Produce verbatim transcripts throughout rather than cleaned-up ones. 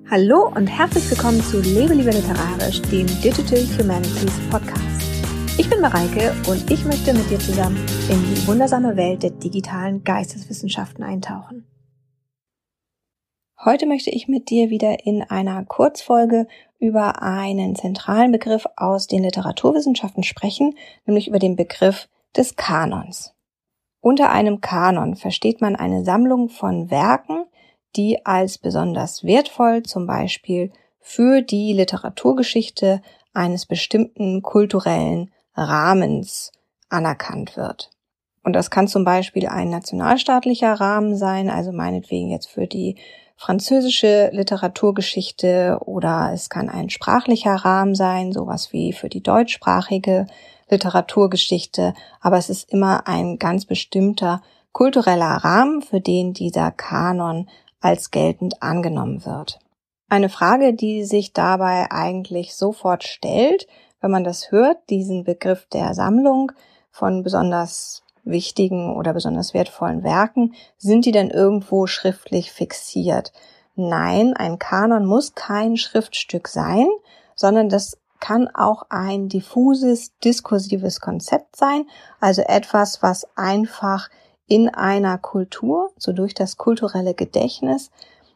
Hallo und herzlich willkommen zu Lebe lieber literarisch, dem Digital Humanities Podcast. Ich bin Mareike und ich möchte mit dir zusammen in die wundersame Welt der digitalen Geisteswissenschaften eintauchen. Heute möchte ich mit dir wieder in einer Kurzfolge über einen zentralen Begriff aus den Literaturwissenschaften sprechen, nämlich über den Begriff des Kanons. Unter einem Kanon versteht man eine Sammlung von Werken, die als besonders wertvoll zum Beispiel für die Literaturgeschichte eines bestimmten kulturellen Rahmens anerkannt wird. Und das kann zum Beispiel ein nationalstaatlicher Rahmen sein, also meinetwegen jetzt für die französische Literaturgeschichte, oder es kann ein sprachlicher Rahmen sein, sowas wie für die deutschsprachige Literaturgeschichte, aber es ist immer ein ganz bestimmter kultureller Rahmen, für den dieser Kanon als geltend angenommen wird. Eine Frage, die sich dabei eigentlich sofort stellt, wenn man das hört, diesen Begriff der Sammlung von besonders wichtigen oder besonders wertvollen Werken, sind die denn irgendwo schriftlich fixiert? Nein, ein Kanon muss kein Schriftstück sein, sondern das kann auch ein diffuses, diskursives Konzept sein, also etwas, was einfach in einer Kultur, so durch das kulturelle Gedächtnis,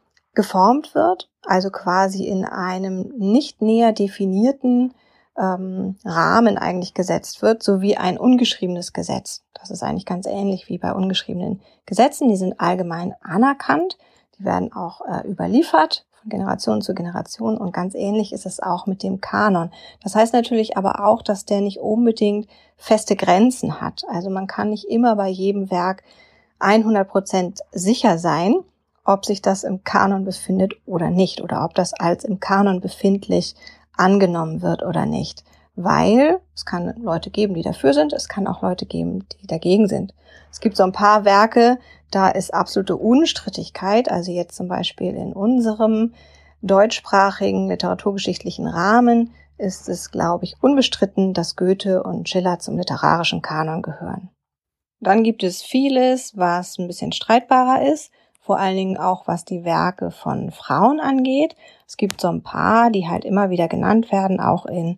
geformt wird, also quasi in einem nicht näher definierten ähm, Rahmen eigentlich gesetzt wird, so wie ein ungeschriebenes Gesetz. Das ist eigentlich ganz ähnlich wie bei ungeschriebenen Gesetzen. Die sind allgemein anerkannt, die werden auch äh, überliefert von Generation zu Generation, und ganz ähnlich ist es auch mit dem Kanon. Das heißt natürlich aber auch, dass der nicht unbedingt feste Grenzen hat. Also man kann nicht immer bei jedem Werk hundert Prozent sicher sein, ob sich das im Kanon befindet oder nicht, oder ob das als im Kanon befindlich angenommen wird oder nicht. Weil es kann Leute geben, die dafür sind, es kann auch Leute geben, die dagegen sind. Es gibt so ein paar Werke, da ist absolute Unstrittigkeit, also jetzt zum Beispiel in unserem deutschsprachigen literaturgeschichtlichen Rahmen ist es, glaube ich, unbestritten, dass Goethe und Schiller zum literarischen Kanon gehören. Dann gibt es vieles, was ein bisschen streitbarer ist, vor allen Dingen auch was die Werke von Frauen angeht. Es gibt so ein paar, die halt immer wieder genannt werden, auch in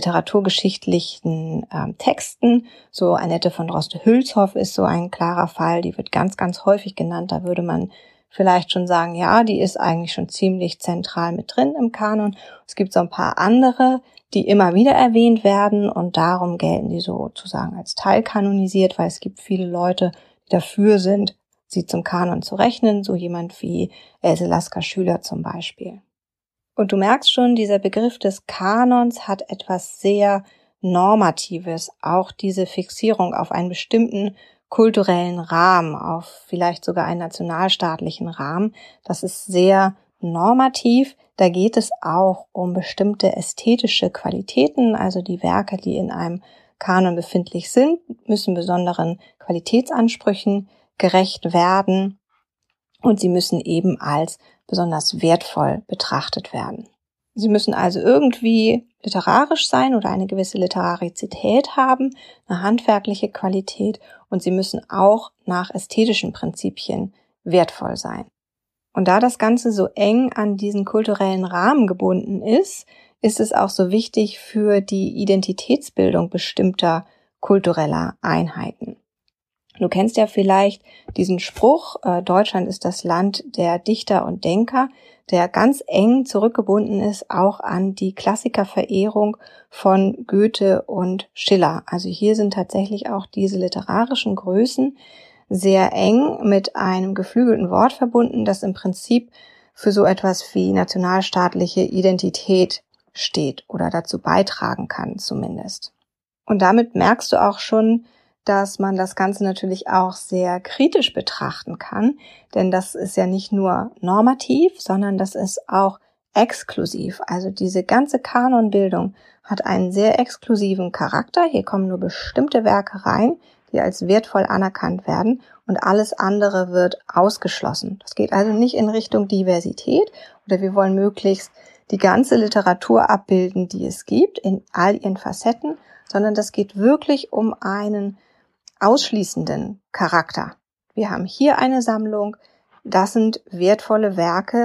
literaturgeschichtlichen ähm, Texten. So Annette von Droste-Hülshoff ist so ein klarer Fall, die wird ganz, ganz häufig genannt. Da würde man vielleicht schon sagen, ja, die ist eigentlich schon ziemlich zentral mit drin im Kanon. Es gibt so ein paar andere, die immer wieder erwähnt werden, und darum gelten die sozusagen als teilkanonisiert, weil es gibt viele Leute, die dafür sind, sie zum Kanon zu rechnen, so jemand wie Else Lasker-Schüler zum Beispiel. Und du merkst schon, dieser Begriff des Kanons hat etwas sehr Normatives, auch diese Fixierung auf einen bestimmten kulturellen Rahmen, auf vielleicht sogar einen nationalstaatlichen Rahmen. Das ist sehr normativ. Da geht es auch um bestimmte ästhetische Qualitäten, also die Werke, die in einem Kanon befindlich sind, müssen besonderen Qualitätsansprüchen gerecht werden, und sie müssen eben als besonders wertvoll betrachtet werden. Sie müssen also irgendwie literarisch sein oder eine gewisse Literarizität haben, eine handwerkliche Qualität, und sie müssen auch nach ästhetischen Prinzipien wertvoll sein. Und da das Ganze so eng an diesen kulturellen Rahmen gebunden ist, ist es auch so wichtig für die Identitätsbildung bestimmter kultureller Einheiten. Du kennst ja vielleicht diesen Spruch, äh, Deutschland ist das Land der Dichter und Denker, der ganz eng zurückgebunden ist auch an die Klassikerverehrung von Goethe und Schiller. Also hier sind tatsächlich auch diese literarischen Größen sehr eng mit einem geflügelten Wort verbunden, das im Prinzip für so etwas wie nationalstaatliche Identität steht oder dazu beitragen kann zumindest. Und damit merkst du auch schon, dass man das Ganze natürlich auch sehr kritisch betrachten kann, denn das ist ja nicht nur normativ, sondern das ist auch exklusiv. Also diese ganze Kanonbildung hat einen sehr exklusiven Charakter. Hier kommen nur bestimmte Werke rein, die als wertvoll anerkannt werden, und alles andere wird ausgeschlossen. Das geht also nicht in Richtung Diversität, oder wir wollen möglichst die ganze Literatur abbilden, die es gibt, in all ihren Facetten, sondern das geht wirklich um einen ausschließenden Charakter. Wir haben hier eine Sammlung, das sind wertvolle Werke,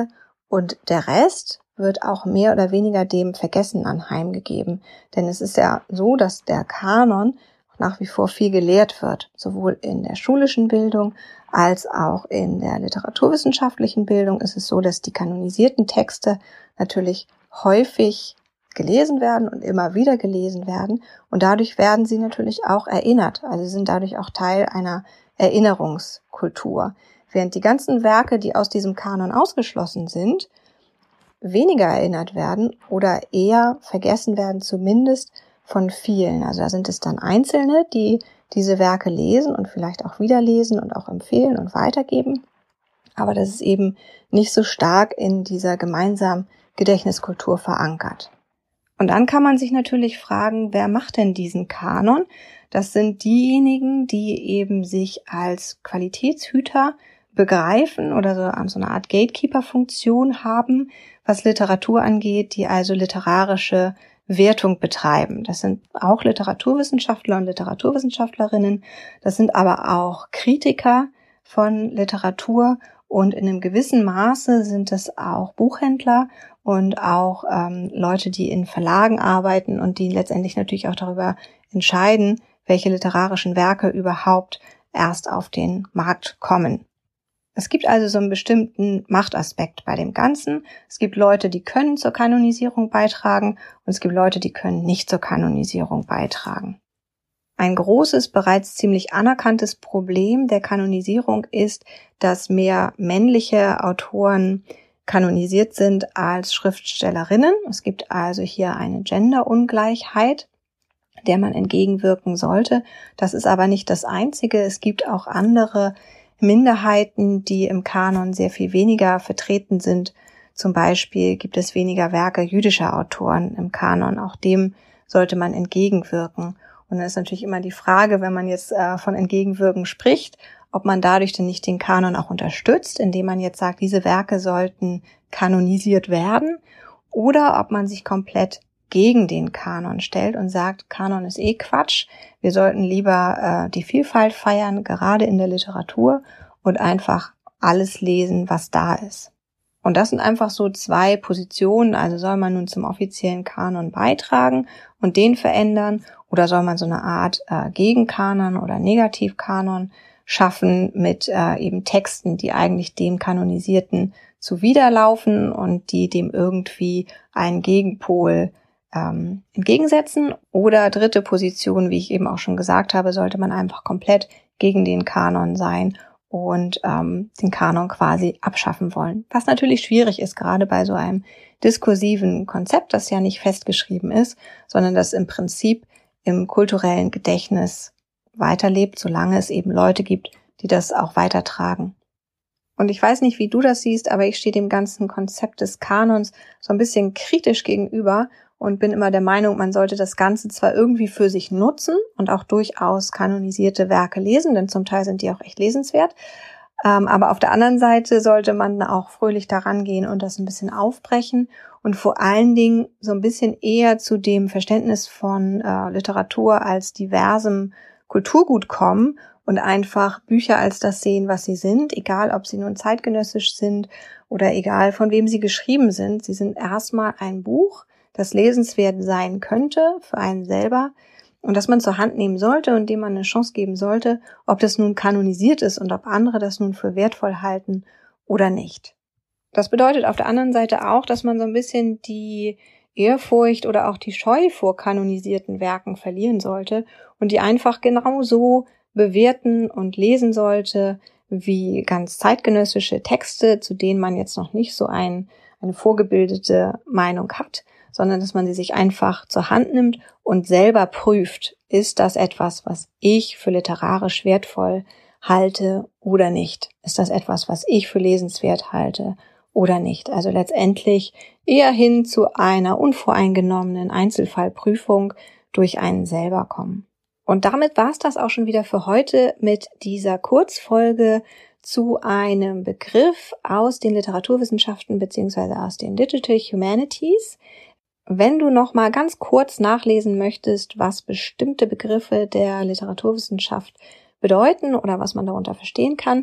Und der Rest wird auch mehr oder weniger dem Vergessen anheimgegeben. Denn es ist ja so, dass der Kanon nach wie vor viel gelehrt wird, sowohl in der schulischen Bildung als auch in der literaturwissenschaftlichen Bildung ist es so, dass die kanonisierten Texte natürlich häufig gelesen werden und immer wieder gelesen werden und dadurch werden sie natürlich auch erinnert, also sie sind dadurch auch Teil einer Erinnerungskultur. Während die ganzen Werke, die aus diesem Kanon ausgeschlossen sind, weniger erinnert werden oder eher vergessen werden, zumindest von vielen. Also da sind es dann Einzelne, die diese Werke lesen und vielleicht auch wieder lesen und auch empfehlen und weitergeben. Aber das ist eben nicht so stark in dieser gemeinsamen Gedächtniskultur verankert. Und dann kann man sich natürlich fragen, wer macht denn diesen Kanon? Das sind diejenigen, die eben sich als Qualitätshüter begreifen oder so, so eine Art Gatekeeper-Funktion haben, was Literatur angeht, die also literarische Wertung betreiben. Das sind auch Literaturwissenschaftler und Literaturwissenschaftlerinnen. Das sind aber auch Kritiker von Literatur und in einem gewissen Maße sind es auch Buchhändler und auch ähm, Leute, die in Verlagen arbeiten und die letztendlich natürlich auch darüber entscheiden, welche literarischen Werke überhaupt erst auf den Markt kommen. Es gibt also so einen bestimmten Machtaspekt bei dem Ganzen. Es gibt Leute, die können zur Kanonisierung beitragen und es gibt Leute, die können nicht zur Kanonisierung beitragen. Ein großes, bereits ziemlich anerkanntes Problem der Kanonisierung ist, dass mehr männliche Autoren kanonisiert sind als Schriftstellerinnen. Es gibt also hier eine Genderungleichheit, der man entgegenwirken sollte. Das ist aber nicht das Einzige. Es gibt auch andere Minderheiten, die im Kanon sehr viel weniger vertreten sind. Zum Beispiel gibt es weniger Werke jüdischer Autoren im Kanon. Auch dem sollte man entgegenwirken. Und dann ist natürlich immer die Frage, wenn man jetzt äh, von Entgegenwirken spricht, ob man dadurch denn nicht den Kanon auch unterstützt, indem man jetzt sagt, diese Werke sollten kanonisiert werden, oder ob man sich komplett gegen den Kanon stellt und sagt, Kanon ist eh Quatsch, wir sollten lieber äh, die Vielfalt feiern, gerade in der Literatur, und einfach alles lesen, was da ist. Und das sind einfach so zwei Positionen, also soll man nun zum offiziellen Kanon beitragen und den verändern, oder soll man so eine Art äh, Gegenkanon oder Negativkanon schaffen mit äh, eben Texten, die eigentlich dem Kanonisierten zuwiderlaufen und die dem irgendwie einen Gegenpol ähm, entgegensetzen. Oder dritte Position, wie ich eben auch schon gesagt habe, sollte man einfach komplett gegen den Kanon sein und ähm, den Kanon quasi abschaffen wollen. Was natürlich schwierig ist, gerade bei so einem diskursiven Konzept, das ja nicht festgeschrieben ist, sondern das im Prinzip im kulturellen Gedächtnis weiterlebt, solange es eben Leute gibt, die das auch weitertragen. Und ich weiß nicht, wie du das siehst, aber ich stehe dem ganzen Konzept des Kanons so ein bisschen kritisch gegenüber und bin immer der Meinung, man sollte das Ganze zwar irgendwie für sich nutzen und auch durchaus kanonisierte Werke lesen, denn zum Teil sind die auch echt lesenswert, ähm, aber auf der anderen Seite sollte man auch fröhlich daran gehen und das ein bisschen aufbrechen und vor allen Dingen so ein bisschen eher zu dem Verständnis von äh, Literatur als diversem Kulturgut kommen und einfach Bücher als das sehen, was sie sind, egal ob sie nun zeitgenössisch sind oder egal von wem sie geschrieben sind. Sie sind erstmal ein Buch, das lesenswert sein könnte für einen selber und das man zur Hand nehmen sollte und dem man eine Chance geben sollte, ob das nun kanonisiert ist und ob andere das nun für wertvoll halten oder nicht. Das bedeutet auf der anderen Seite auch, dass man so ein bisschen die Ehrfurcht oder auch die Scheu vor kanonisierten Werken verlieren sollte und die einfach genauso bewerten und lesen sollte wie ganz zeitgenössische Texte, zu denen man jetzt noch nicht so ein, eine vorgebildete Meinung hat, sondern dass man sie sich einfach zur Hand nimmt und selber prüft, ist das etwas, was ich für literarisch wertvoll halte oder nicht? Ist das etwas, was ich für lesenswert halte oder nicht? Also letztendlich eher hin zu einer unvoreingenommenen Einzelfallprüfung durch einen selber kommen. Und damit war es das auch schon wieder für heute mit dieser Kurzfolge zu einem Begriff aus den Literaturwissenschaften beziehungsweise aus den Digital Humanities. Wenn du noch mal ganz kurz nachlesen möchtest, was bestimmte Begriffe der Literaturwissenschaft bedeuten oder was man darunter verstehen kann,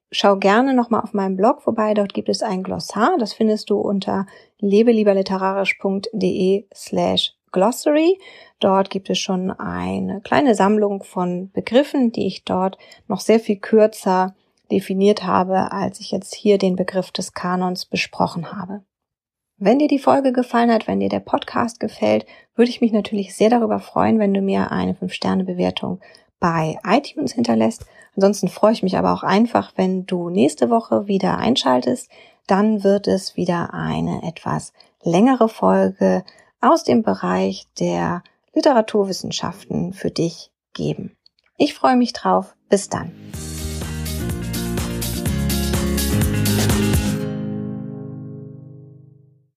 schau gerne nochmal auf meinem Blog vorbei. Dort gibt es ein Glossar. Das findest du unter lebelieberliterarisch.de slash glossary. Dort gibt es schon eine kleine Sammlung von Begriffen, die ich dort noch sehr viel kürzer definiert habe, als ich jetzt hier den Begriff des Kanons besprochen habe. Wenn dir die Folge gefallen hat, wenn dir der Podcast gefällt, würde ich mich natürlich sehr darüber freuen, wenn du mir eine fünf Sterne Bewertung bei iTunes hinterlässt. Ansonsten freue ich mich aber auch einfach, wenn du nächste Woche wieder einschaltest. Dann wird es wieder eine etwas längere Folge aus dem Bereich der Literaturwissenschaften für dich geben. Ich freue mich drauf. Bis dann.